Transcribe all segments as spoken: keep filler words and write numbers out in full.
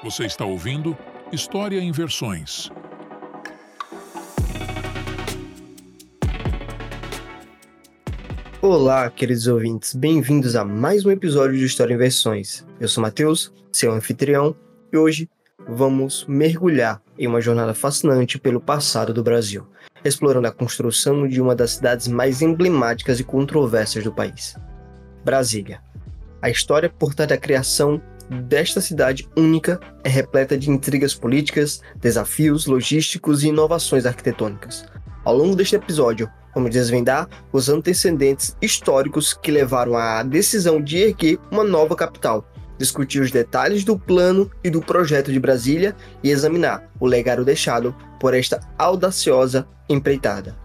Você está ouvindo História em Versões. Olá, queridos ouvintes, bem-vindos a mais um episódio de História em Versões. Eu sou Matheus, seu anfitrião, e hoje vamos mergulhar em uma jornada fascinante pelo passado do Brasil, explorando a construção de uma das cidades mais emblemáticas e controversas do país, Brasília. A história por trás da criação desta cidade única é repleta de intrigas políticas, desafios logísticos e inovações arquitetônicas. Ao longo deste episódio, vamos desvendar os antecedentes históricos que levaram à decisão de erguer uma nova capital, discutir os detalhes do plano e do projeto de Brasília e examinar o legado deixado por esta audaciosa empreitada.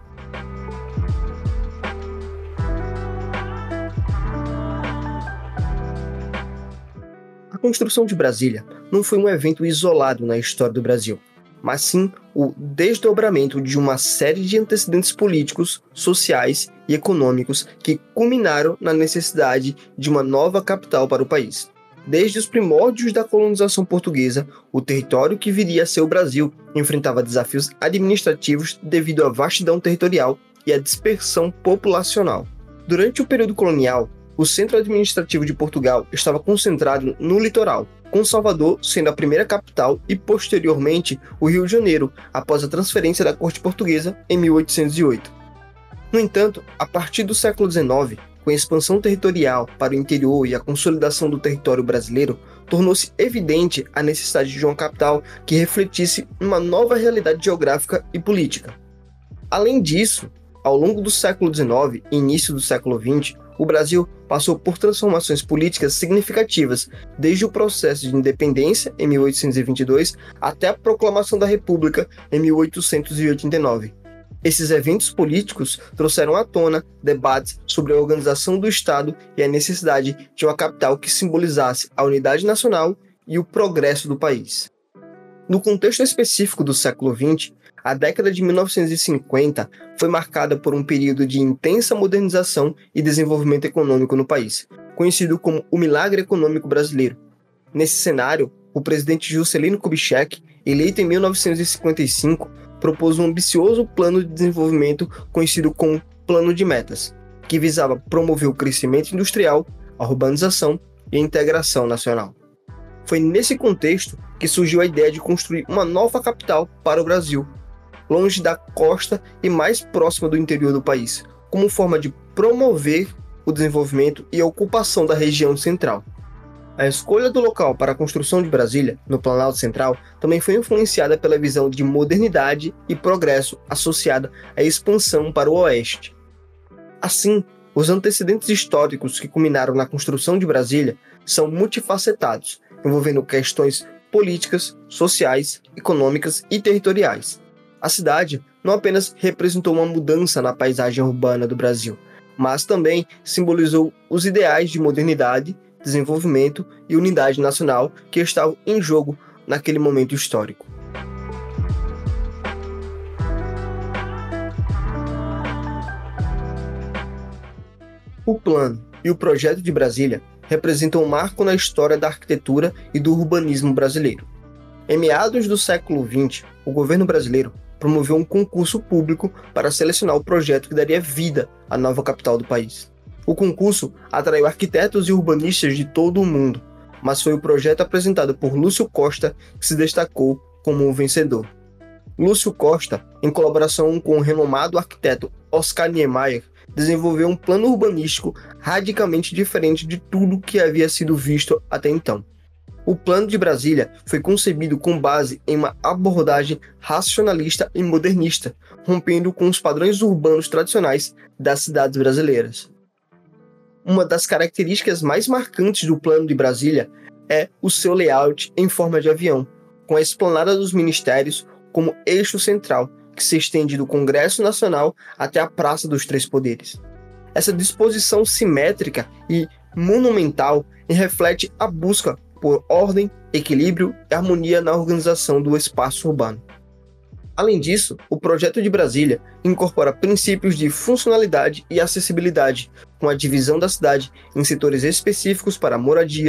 A construção de Brasília não foi um evento isolado na história do Brasil, mas sim o desdobramento de uma série de antecedentes políticos, sociais e econômicos que culminaram na necessidade de uma nova capital para o país. Desde os primórdios da colonização portuguesa, o território que viria a ser o Brasil enfrentava desafios administrativos devido à vastidão territorial e à dispersão populacional. Durante o período colonial, o centro administrativo de Portugal estava concentrado no litoral, com Salvador sendo a primeira capital e, posteriormente, o Rio de Janeiro, após a transferência da corte portuguesa em mil oitocentos e oito. No entanto, a partir do século dezenove, com a expansão territorial para o interior e a consolidação do território brasileiro, tornou-se evidente a necessidade de uma capital que refletisse uma nova realidade geográfica e política. Além disso, ao longo do século dezenove e início do século vinte, o Brasil passou por transformações políticas significativas, desde o processo de independência, em mil oitocentos e vinte e dois, até a proclamação da República, em mil oitocentos e oitenta e nove. Esses eventos políticos trouxeram à tona debates sobre a organização do Estado e a necessidade de uma capital que simbolizasse a unidade nacional e o progresso do país. No contexto específico do século vinte, a década de mil novecentos e cinquenta foi marcada por um período de intensa modernização e desenvolvimento econômico no país, conhecido como o Milagre Econômico Brasileiro. Nesse cenário, o presidente Juscelino Kubitschek, eleito em mil novecentos e cinquenta e cinco, propôs um ambicioso plano de desenvolvimento conhecido como Plano de Metas, que visava promover o crescimento industrial, a urbanização e a integração nacional. Foi nesse contexto que surgiu a ideia de construir uma nova capital para o Brasil, longe da costa e mais próxima do interior do país, como forma de promover o desenvolvimento e a ocupação da região central. A escolha do local para a construção de Brasília, no Planalto Central, também foi influenciada pela visão de modernidade e progresso associada à expansão para o oeste. Assim, os antecedentes históricos que culminaram na construção de Brasília são multifacetados, envolvendo questões políticas, sociais, econômicas e territoriais. A cidade não apenas representou uma mudança na paisagem urbana do Brasil, mas também simbolizou os ideais de modernidade, desenvolvimento e unidade nacional que estavam em jogo naquele momento histórico. O plano e o projeto de Brasília representam um marco na história da arquitetura e do urbanismo brasileiro. Em meados do século vinte, o governo brasileiro promoveu um concurso público para selecionar o projeto que daria vida à nova capital do país. O concurso atraiu arquitetos e urbanistas de todo o mundo, mas foi o projeto apresentado por Lúcio Costa que se destacou como o vencedor. Lúcio Costa, em colaboração com o renomado arquiteto Oscar Niemeyer, desenvolveu um plano urbanístico radicalmente diferente de tudo que havia sido visto até então. O Plano de Brasília foi concebido com base em uma abordagem racionalista e modernista, rompendo com os padrões urbanos tradicionais das cidades brasileiras. Uma das características mais marcantes do Plano de Brasília é o seu layout em forma de avião, com a esplanada dos ministérios como eixo central, que se estende do Congresso Nacional até a Praça dos Três Poderes. Essa disposição simétrica e monumental reflete a busca por ordem, equilíbrio e harmonia na organização do espaço urbano. Além disso, o projeto de Brasília incorpora princípios de funcionalidade e acessibilidade, com a divisão da cidade em setores específicos para moradia,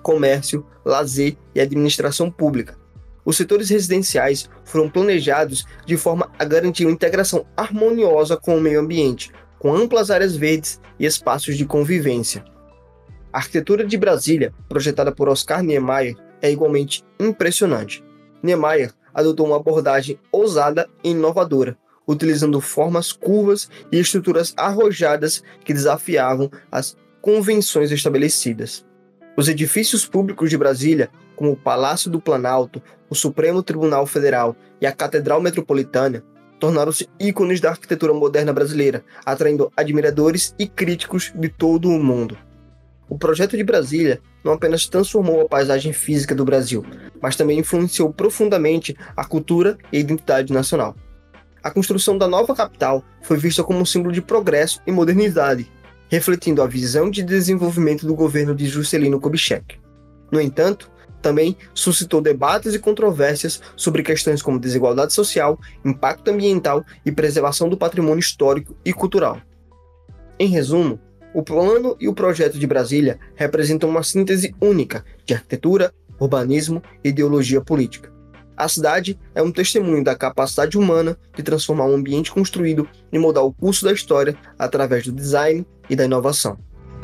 comércio, lazer e administração pública. Os setores residenciais foram planejados de forma a garantir uma integração harmoniosa com o meio ambiente, com amplas áreas verdes e espaços de convivência. A arquitetura de Brasília, projetada por Oscar Niemeyer, é igualmente impressionante. Niemeyer adotou uma abordagem ousada e inovadora, utilizando formas curvas e estruturas arrojadas que desafiavam as convenções estabelecidas. Os edifícios públicos de Brasília, como o Palácio do Planalto, o Supremo Tribunal Federal e a Catedral Metropolitana, tornaram-se ícones da arquitetura moderna brasileira, atraindo admiradores e críticos de todo o mundo. O projeto de Brasília não apenas transformou a paisagem física do Brasil, mas também influenciou profundamente a cultura e a identidade nacional. A construção da nova capital foi vista como um símbolo de progresso e modernidade, refletindo a visão de desenvolvimento do governo de Juscelino Kubitschek. No entanto, também suscitou debates e controvérsias sobre questões como desigualdade social, impacto ambiental e preservação do patrimônio histórico e cultural. Em resumo, o plano e o projeto de Brasília representam uma síntese única de arquitetura, urbanismo e ideologia política. A cidade é um testemunho da capacidade humana de transformar um ambiente construído e moldar o curso da história através do design e da inovação.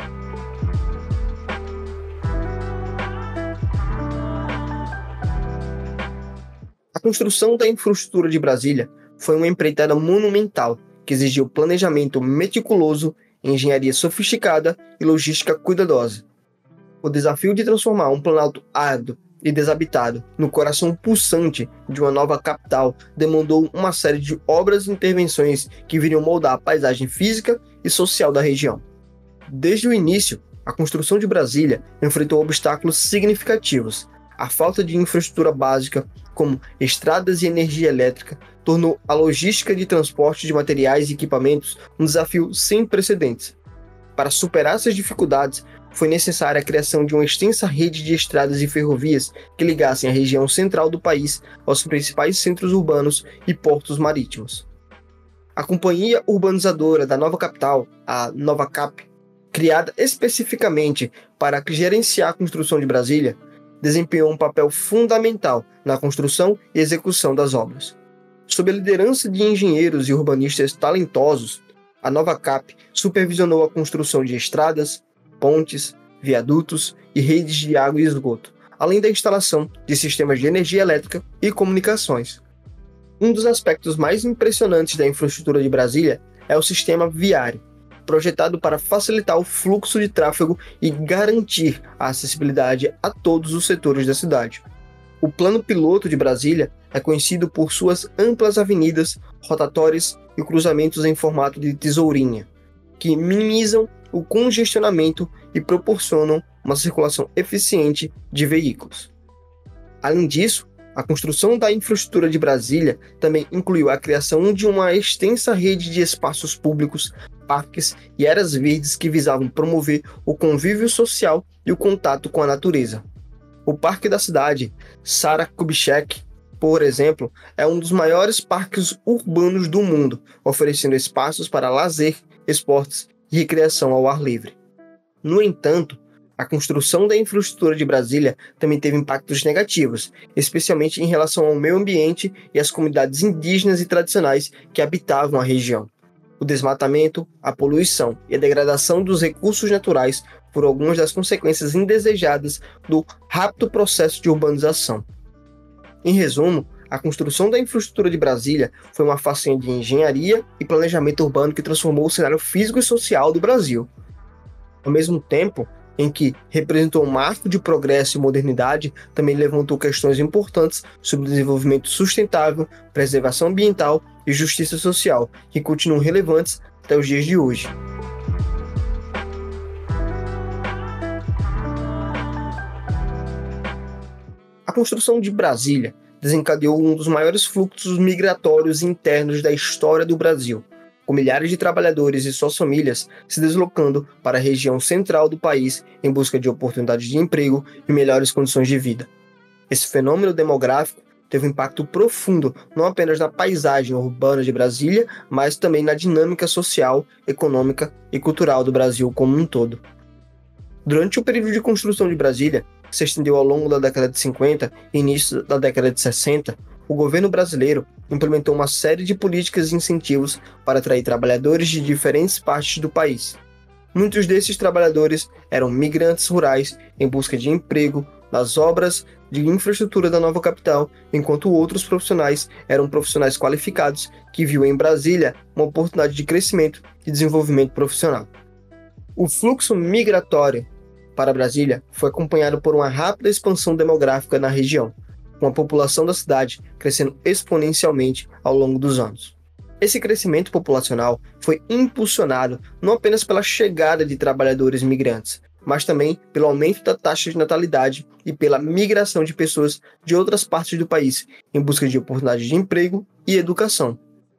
A construção da infraestrutura de Brasília foi uma empreitada monumental que exigiu planejamento meticuloso, engenharia sofisticada e logística cuidadosa. O desafio de transformar um planalto árido e desabitado no coração pulsante de uma nova capital demandou uma série de obras e intervenções que viriam moldar a paisagem física e social da região. Desde o início, a construção de Brasília enfrentou obstáculos significativos. A falta de infraestrutura básica, como estradas e energia elétrica, tornou a logística de transporte de materiais e equipamentos um desafio sem precedentes. Para superar essas dificuldades, foi necessária a criação de uma extensa rede de estradas e ferrovias que ligassem a região central do país aos principais centros urbanos e portos marítimos. A Companhia Urbanizadora da nova capital, a Novacap, criada especificamente para gerenciar a construção de Brasília, desempenhou um papel fundamental na construção e execução das obras. Sob a liderança de engenheiros e urbanistas talentosos, a Novacap supervisionou a construção de estradas, pontes, viadutos e redes de água e esgoto, além da instalação de sistemas de energia elétrica e comunicações. Um dos aspectos mais impressionantes da infraestrutura de Brasília é o sistema viário, projetado para facilitar o fluxo de tráfego e garantir a acessibilidade a todos os setores da cidade. O plano piloto de Brasília é conhecido por suas amplas avenidas, rotatórias e cruzamentos em formato de tesourinha, que minimizam o congestionamento e proporcionam uma circulação eficiente de veículos. Além disso, a construção da infraestrutura de Brasília também incluiu a criação de uma extensa rede de espaços públicos, parques e áreas verdes que visavam promover o convívio social e o contato com a natureza. O Parque da Cidade, Sarah Kubitschek, por exemplo, é um dos maiores parques urbanos do mundo, oferecendo espaços para lazer, esportes e recreação ao ar livre. No entanto, a construção da infraestrutura de Brasília também teve impactos negativos, especialmente em relação ao meio ambiente e às comunidades indígenas e tradicionais que habitavam a região. O desmatamento, a poluição e a degradação dos recursos naturais foram algumas das consequências indesejadas do rápido processo de urbanização. Em resumo, a construção da infraestrutura de Brasília foi uma façanha de engenharia e planejamento urbano que transformou o cenário físico e social do Brasil. Ao mesmo tempo em que representou um marco de progresso e modernidade, também levantou questões importantes sobre desenvolvimento sustentável, preservação ambiental e justiça social, que continuam relevantes até os dias de hoje. A construção de Brasília desencadeou um dos maiores fluxos migratórios internos da história do Brasil, com milhares de trabalhadores e suas famílias se deslocando para a região central do país em busca de oportunidades de emprego e melhores condições de vida. Esse fenômeno demográfico teve um impacto profundo não apenas na paisagem urbana de Brasília, mas também na dinâmica social, econômica e cultural do Brasil como um todo. Durante o período de construção de Brasília, que se estendeu ao longo da década de cinquenta e início da década de sessenta, o governo brasileiro implementou uma série de políticas e incentivos para atrair trabalhadores de diferentes partes do país. Muitos desses trabalhadores eram migrantes rurais em busca de emprego nas obras de infraestrutura da nova capital, enquanto outros profissionais eram profissionais qualificados que viam em Brasília uma oportunidade de crescimento e desenvolvimento profissional. O fluxo migratório para Brasília foi acompanhado por uma rápida expansão demográfica na região, com a população da cidade crescendo exponencialmente ao longo dos anos. Esse crescimento populacional foi impulsionado não apenas pela chegada de trabalhadores migrantes, mas também pelo aumento da taxa de natalidade e pela migração de pessoas de outras partes do país em busca de oportunidades de emprego e educação.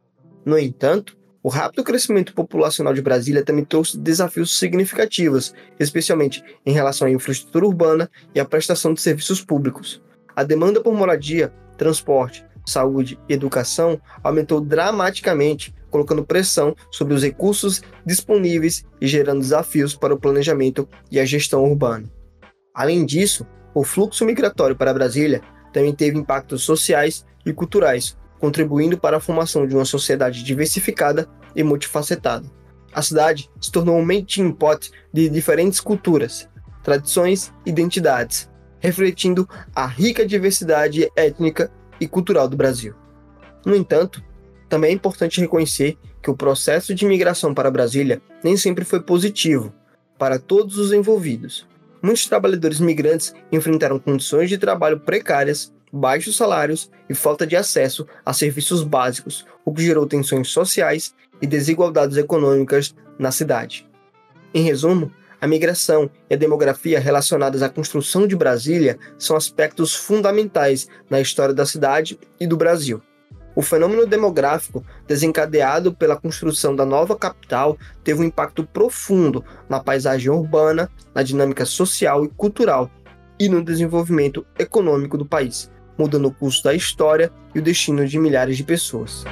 No entanto, o rápido crescimento populacional de Brasília também trouxe desafios significativos, especialmente em relação à infraestrutura urbana e à prestação de serviços públicos. A demanda por moradia, transporte, saúde e educação aumentou dramaticamente, colocando pressão sobre os recursos disponíveis e gerando desafios para o planejamento e a gestão urbana. Além disso, o fluxo migratório para Brasília também teve impactos sociais e culturais, contribuindo para a formação de uma sociedade diversificada e multifacetada. A cidade se tornou um melting pot de diferentes culturas, tradições e identidades, refletindo a rica diversidade étnica e cultural do Brasil. No entanto, também é importante reconhecer que o processo de migração para Brasília nem sempre foi positivo para todos os envolvidos. Muitos trabalhadores migrantes enfrentaram condições de trabalho precárias, baixos salários e falta de acesso a serviços básicos, o que gerou tensões sociais e desigualdades econômicas na cidade. Em resumo, a migração e a demografia relacionadas à construção de Brasília são aspectos fundamentais na história da cidade e do Brasil. O fenômeno demográfico, desencadeado pela construção da nova capital, teve um impacto profundo na paisagem urbana, na dinâmica social e cultural e no desenvolvimento econômico do país, mudando o curso da história e o destino de milhares de pessoas.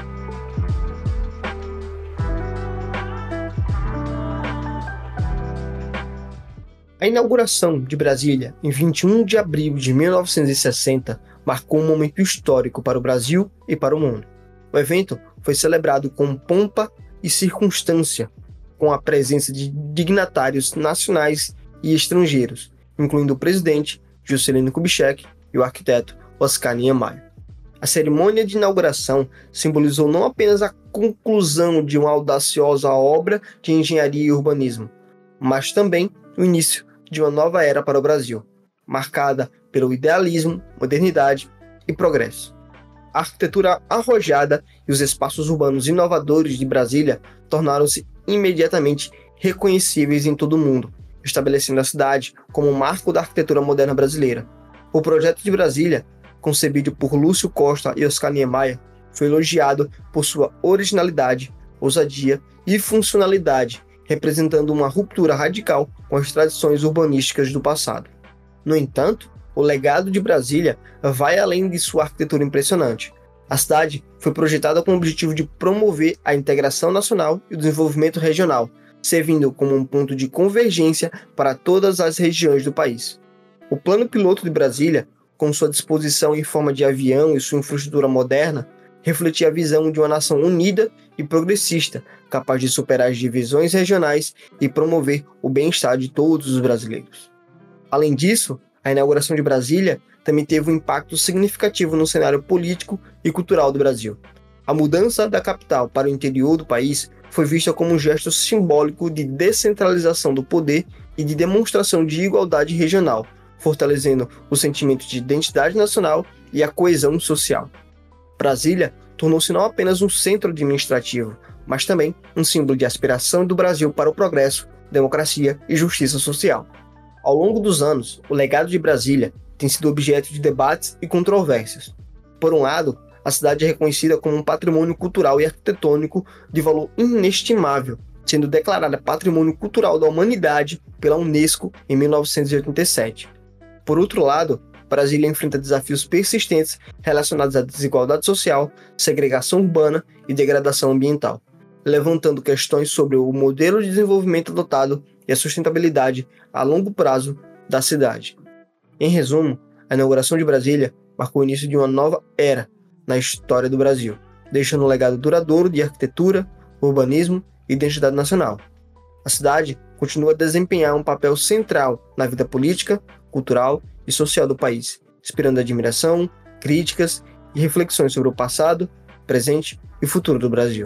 A inauguração de Brasília, em vinte e um de abril de mil novecentos e sessenta, marcou um momento histórico para o Brasil e para o mundo. O evento foi celebrado com pompa e circunstância, com a presença de dignatários nacionais e estrangeiros, incluindo o presidente Juscelino Kubitschek e o arquiteto Oscar Niemeyer. A cerimônia de inauguração simbolizou não apenas a conclusão de uma audaciosa obra de engenharia e urbanismo, mas também o início de uma nova era para o Brasil, marcada pelo idealismo, modernidade e progresso. A arquitetura arrojada e os espaços urbanos inovadores de Brasília tornaram-se imediatamente reconhecíveis em todo o mundo, estabelecendo a cidade como um marco da arquitetura moderna brasileira. O projeto de Brasília, concebido por Lúcio Costa e Oscar Niemeyer, foi elogiado por sua originalidade, ousadia e funcionalidade, representando uma ruptura radical com as tradições urbanísticas do passado. No entanto, o legado de Brasília vai além de sua arquitetura impressionante. A cidade foi projetada com o objetivo de promover a integração nacional e o desenvolvimento regional, servindo como um ponto de convergência para todas as regiões do país. O plano piloto de Brasília, com sua disposição em forma de avião e sua infraestrutura moderna, refletia a visão de uma nação unida e progressista, capaz de superar as divisões regionais e promover o bem-estar de todos os brasileiros. Além disso, a inauguração de Brasília também teve um impacto significativo no cenário político e cultural do Brasil. A mudança da capital para o interior do país foi vista como um gesto simbólico de descentralização do poder e de demonstração de igualdade regional, fortalecendo o sentimento de identidade nacional e a coesão social. Brasília tornou-se não apenas um centro administrativo, mas também um símbolo de aspiração do Brasil para o progresso, democracia e justiça social. Ao longo dos anos, o legado de Brasília tem sido objeto de debates e controvérsias. Por um lado, a cidade é reconhecida como um patrimônio cultural e arquitetônico de valor inestimável, sendo declarada Patrimônio Cultural da Humanidade pela Unesco em mil novecentos e oitenta e sete. Por outro lado, Brasília enfrenta desafios persistentes relacionados à desigualdade social, segregação urbana e degradação ambiental, levantando questões sobre o modelo de desenvolvimento adotado e a sustentabilidade a longo prazo da cidade. Em resumo, a inauguração de Brasília marcou o início de uma nova era na história do Brasil, deixando um legado duradouro de arquitetura, urbanismo e identidade nacional. A cidade continua a desempenhar um papel central na vida política, cultural e social do país, inspirando admiração, críticas e reflexões sobre o passado, presente e futuro do Brasil.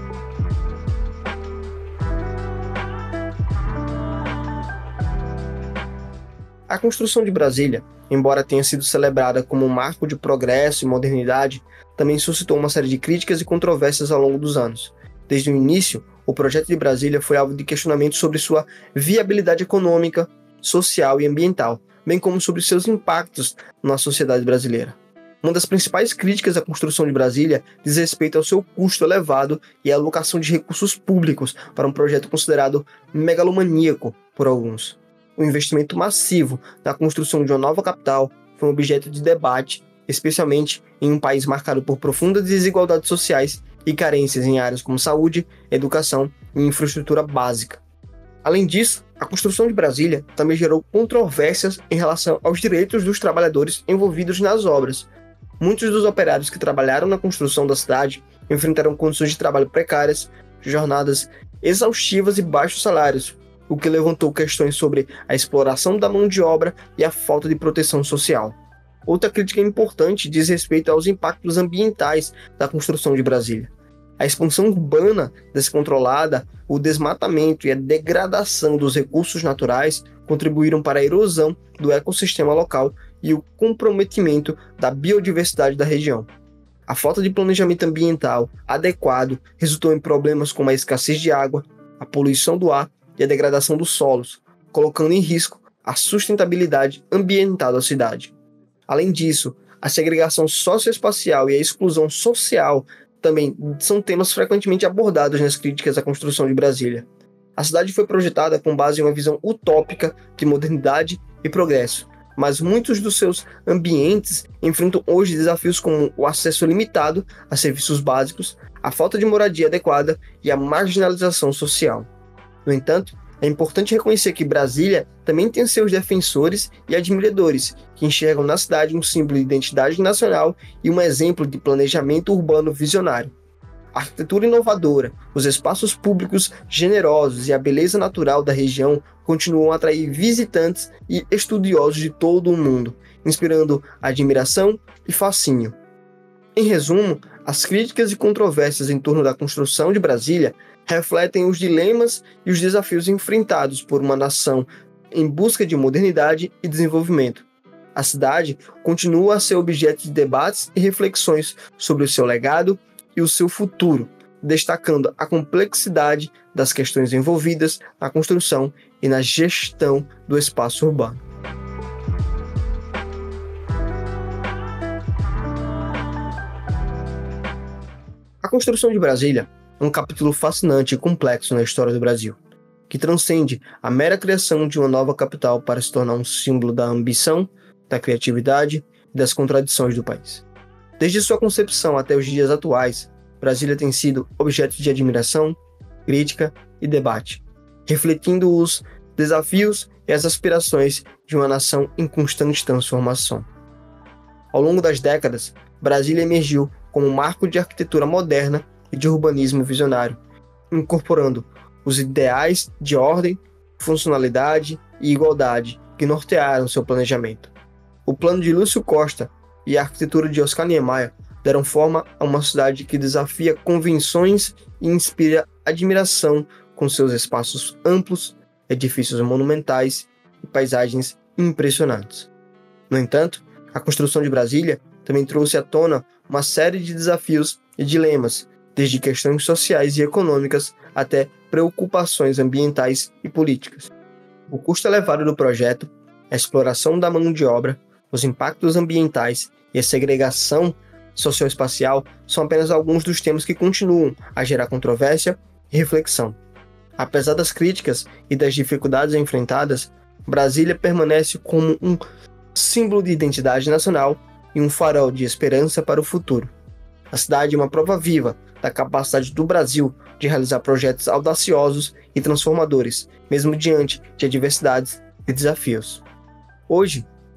A construção de Brasília, embora tenha sido celebrada como um marco de progresso e modernidade, também suscitou uma série de críticas e controvérsias ao longo dos anos. Desde o início, o projeto de Brasília foi alvo de questionamentos sobre sua viabilidade econômica, social e ambiental, bem como sobre seus impactos na sociedade brasileira. Uma das principais críticas à construção de Brasília diz respeito ao seu custo elevado e à alocação de recursos públicos para um projeto considerado megalomaníaco por alguns. O investimento massivo na construção de uma nova capital foi um objeto de debate, especialmente em um país marcado por profundas desigualdades sociais e carências em áreas como saúde, educação e infraestrutura básica. Além disso, a construção de Brasília também gerou controvérsias em relação aos direitos dos trabalhadores envolvidos nas obras. Muitos dos operários que trabalharam na construção da cidade enfrentaram condições de trabalho precárias, jornadas exaustivas e baixos salários, o que levantou questões sobre a exploração da mão de obra e a falta de proteção social. Outra crítica importante diz respeito aos impactos ambientais da construção de Brasília. A expansão urbana descontrolada, o desmatamento e a degradação dos recursos naturais contribuíram para a erosão do ecossistema local e o comprometimento da biodiversidade da região. A falta de planejamento ambiental adequado resultou em problemas como a escassez de água, a poluição do ar e a degradação dos solos, colocando em risco a sustentabilidade ambiental da cidade. Além disso, a segregação socioespacial e a exclusão social também são temas frequentemente abordados nas críticas à construção de Brasília. A cidade foi projetada com base em uma visão utópica de modernidade e progresso, mas muitos dos seus ambientes enfrentam hoje desafios como o acesso limitado a serviços básicos, a falta de moradia adequada e a marginalização social. No entanto, é importante reconhecer que Brasília também tem seus defensores e admiradores, que enxergam na cidade um símbolo de identidade nacional e um exemplo de planejamento urbano visionário. A arquitetura inovadora, os espaços públicos generosos e a beleza natural da região continuam a atrair visitantes e estudiosos de todo o mundo, inspirando admiração e fascínio. Em resumo, as críticas e controvérsias em torno da construção de Brasília refletem os dilemas e os desafios enfrentados por uma nação em busca de modernidade e desenvolvimento. A cidade continua a ser objeto de debates e reflexões sobre o seu legado e o seu futuro, destacando a complexidade das questões envolvidas na construção e na gestão do espaço urbano. A construção de Brasília é um capítulo fascinante e complexo na história do Brasil, que transcende a mera criação de uma nova capital para se tornar um símbolo da ambição, da criatividade e das contradições do país. Desde sua concepção até os dias atuais, Brasília tem sido objeto de admiração, crítica e debate, refletindo os desafios e as aspirações de uma nação em constante transformação. Ao longo das décadas, Brasília emergiu como um marco de arquitetura moderna e de urbanismo visionário, incorporando os ideais de ordem, funcionalidade e igualdade que nortearam seu planejamento. O plano de Lúcio Costa e a arquitetura de Oscar Niemeyer deram forma a uma cidade que desafia convenções e inspira admiração com seus espaços amplos, edifícios monumentais e paisagens impressionantes. No entanto, a construção de Brasília também trouxe à tona uma série de desafios e dilemas, desde questões sociais e econômicas até preocupações ambientais e políticas. O custo elevado do projeto, a exploração da mão de obra, os impactos ambientais e a segregação socioespacial são apenas alguns dos temas que continuam a gerar controvérsia e reflexão. Apesar das críticas e das dificuldades enfrentadas, Brasília permanece como um símbolo de identidade nacional e um farol de esperança para o futuro. A cidade é uma prova viva da capacidade do Brasil de realizar projetos audaciosos e transformadores, mesmo diante de adversidades e desafios. Hoje,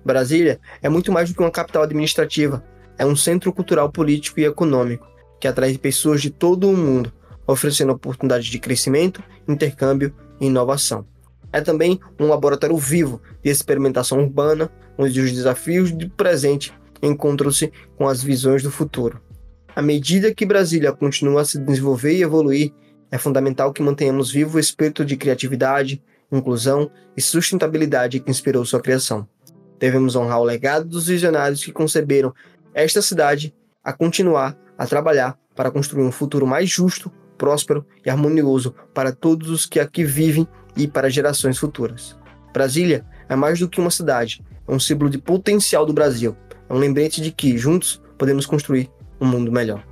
Brasília é muito mais do que uma capital administrativa, é um centro cultural, político e econômico que atrai pessoas de todo o mundo, oferecendo oportunidades de crescimento, intercâmbio e inovação. É também um laboratório vivo de experimentação urbana, onde os desafios do presente encontram-se com as visões do futuro. À medida que Brasília continua a se desenvolver e evoluir, é fundamental que mantenhamos vivo o espírito de criatividade, inclusão e sustentabilidade que inspirou sua criação. Devemos honrar o legado dos visionários que conceberam esta cidade a continuar a trabalhar para construir um futuro mais justo, próspero e harmonioso para todos os que aqui vivem e para gerações futuras. Brasília é mais do que uma cidade, é um símbolo de potencial do Brasil, é um lembrete de que, juntos, podemos construir um mundo melhor.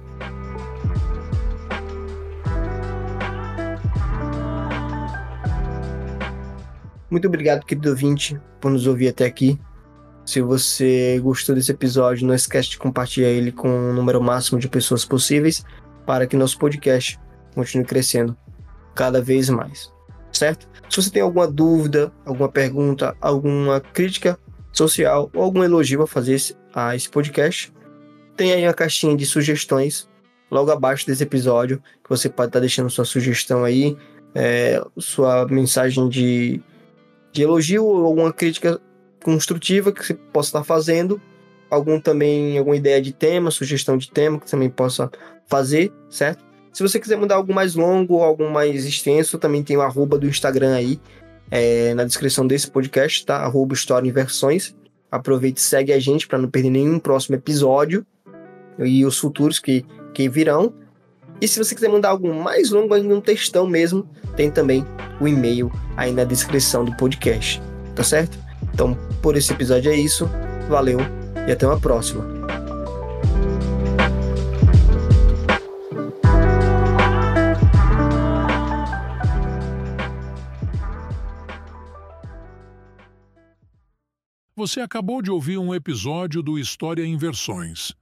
Muito obrigado, querido ouvinte, por nos ouvir até aqui. Se você gostou desse episódio, não esquece de compartilhar ele com o número máximo de pessoas possíveis para que nosso podcast continue crescendo cada vez mais, certo? Se você tem alguma dúvida, alguma pergunta, alguma crítica social ou algum elogio a fazer a esse podcast, tem aí a caixinha de sugestões logo abaixo desse episódio, que você pode estar deixando sua sugestão aí, é, sua mensagem de, de elogio ou alguma crítica construtiva que você possa estar fazendo, algum também, alguma ideia de tema, sugestão de tema que você também possa fazer, certo? Se você quiser mandar algo mais longo ou algo mais extenso, também tem o arroba do Instagram aí, é, na descrição desse podcast, tá? Arroba História em Versões. Aproveite e segue a gente para não perder nenhum próximo episódio e os futuros que, que virão. E se você quiser mandar algo mais longo, ainda um textão mesmo, tem também o e-mail aí na descrição do podcast, tá certo? Então, por esse episódio é isso. Valeu e até uma próxima. Você acabou de ouvir um episódio do História em Versões.